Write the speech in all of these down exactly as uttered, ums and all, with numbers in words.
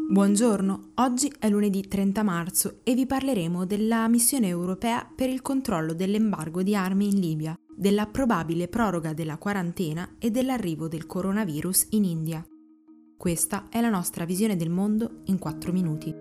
Buongiorno, oggi è lunedì trenta marzo e vi parleremo della missione europea per il controllo dell'embargo di armi in Libia, della probabile proroga della quarantena e dell'arrivo del coronavirus in India. Questa è la nostra visione del mondo in quattro minuti.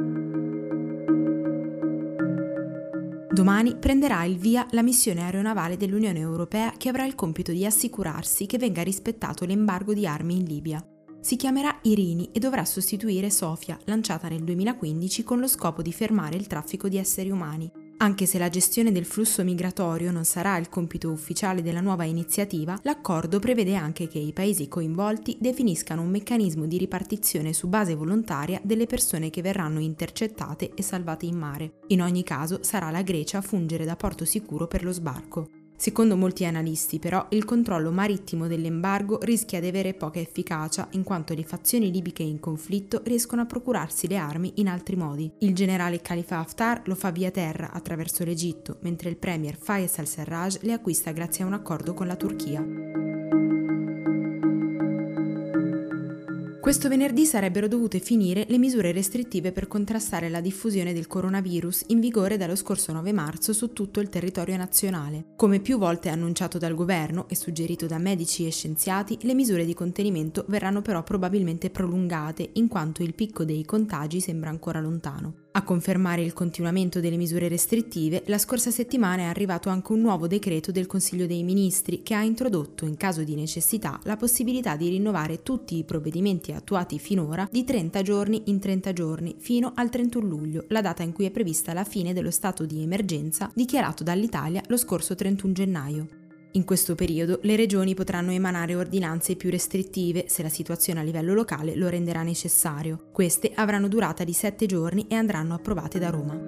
Domani prenderà il via la missione aeronavale dell'Unione Europea che avrà il compito di assicurarsi che venga rispettato l'embargo di armi in Libia. Si chiamerà Irini e dovrà sostituire Sofia, lanciata nel duemilaquindici con lo scopo di fermare il traffico di esseri umani. Anche se la gestione del flusso migratorio non sarà il compito ufficiale della nuova iniziativa, l'accordo prevede anche che i paesi coinvolti definiscano un meccanismo di ripartizione su base volontaria delle persone che verranno intercettate e salvate in mare. In ogni caso sarà la Grecia a fungere da porto sicuro per lo sbarco. Secondo molti analisti, però, il controllo marittimo dell'embargo rischia di avere poca efficacia in quanto le fazioni libiche in conflitto riescono a procurarsi le armi in altri modi. Il generale Khalifa Haftar lo fa via terra attraverso l'Egitto, mentre il premier Fayez al-Sarraj le acquista grazie a un accordo con la Turchia. Questo venerdì sarebbero dovute finire le misure restrittive per contrastare la diffusione del coronavirus in vigore dallo scorso nove marzo su tutto il territorio nazionale. Come più volte annunciato dal governo e suggerito da medici e scienziati, le misure di contenimento verranno però probabilmente prolungate in quanto il picco dei contagi sembra ancora lontano. A confermare il continuamento delle misure restrittive, la scorsa settimana è arrivato anche un nuovo decreto del Consiglio dei Ministri che ha introdotto, in caso di necessità, la possibilità di rinnovare tutti i provvedimenti attuati finora di trenta giorni in trenta giorni fino al trentuno luglio, la data in cui è prevista la fine dello stato di emergenza dichiarato dall'Italia lo scorso trentuno gennaio. In questo periodo le regioni potranno emanare ordinanze più restrittive se la situazione a livello locale lo renderà necessario. Queste avranno durata di sette giorni e andranno approvate da Roma.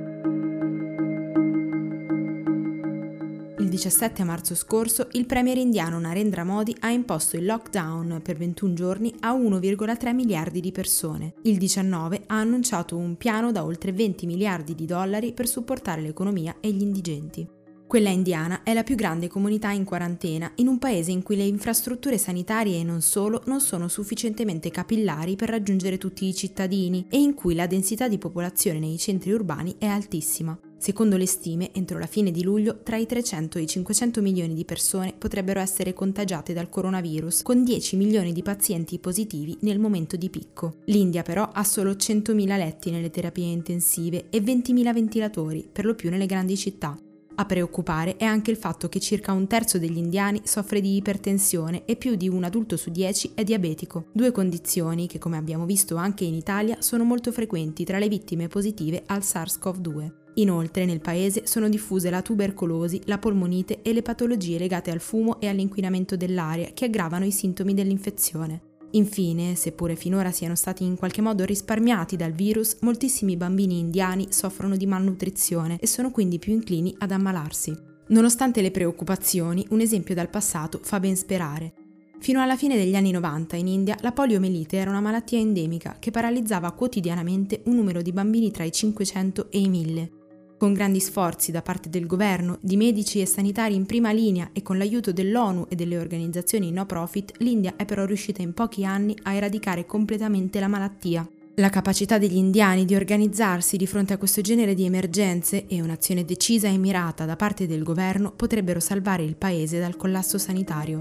Il diciassette marzo scorso il premier indiano Narendra Modi ha imposto il lockdown per ventuno giorni a uno virgola tre miliardi di persone. Il diciannove ha annunciato un piano da oltre venti miliardi di dollari per supportare l'economia e gli indigenti. Quella indiana è la più grande comunità in quarantena in un paese in cui le infrastrutture sanitarie e non solo non sono sufficientemente capillari per raggiungere tutti i cittadini e in cui la densità di popolazione nei centri urbani è altissima. Secondo le stime, entro la fine di luglio, tra i trecento e i cinquecento milioni di persone potrebbero essere contagiate dal coronavirus, con dieci milioni di pazienti positivi nel momento di picco. L'India però ha solo centomila letti nelle terapie intensive e ventimila ventilatori, per lo più nelle grandi città. A preoccupare è anche il fatto che circa un terzo degli indiani soffre di ipertensione e più di un adulto su dieci è diabetico, due condizioni che, come abbiamo visto anche in Italia, sono molto frequenti tra le vittime positive al SARS-CoV due. Inoltre nel paese sono diffuse la tubercolosi, la polmonite e le patologie legate al fumo e all'inquinamento dell'aria che aggravano i sintomi dell'infezione. Infine, seppure finora siano stati in qualche modo risparmiati dal virus, moltissimi bambini indiani soffrono di malnutrizione e sono quindi più inclini ad ammalarsi. Nonostante le preoccupazioni, un esempio dal passato fa ben sperare. Fino alla fine degli anni novanta in India la poliomelite era una malattia endemica che paralizzava quotidianamente un numero di bambini tra i cinquecento e i mille. Con grandi sforzi da parte del governo, di medici e sanitari in prima linea e con l'aiuto dell'ONU e delle organizzazioni no profit, l'India è però riuscita in pochi anni a eradicare completamente la malattia. La capacità degli indiani di organizzarsi di fronte a questo genere di emergenze e un'azione decisa e mirata da parte del governo potrebbero salvare il paese dal collasso sanitario.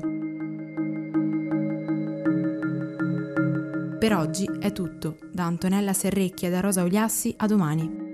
Per oggi è tutto. Da Antonella Serrecchia e da Rosa Uliassi, a domani.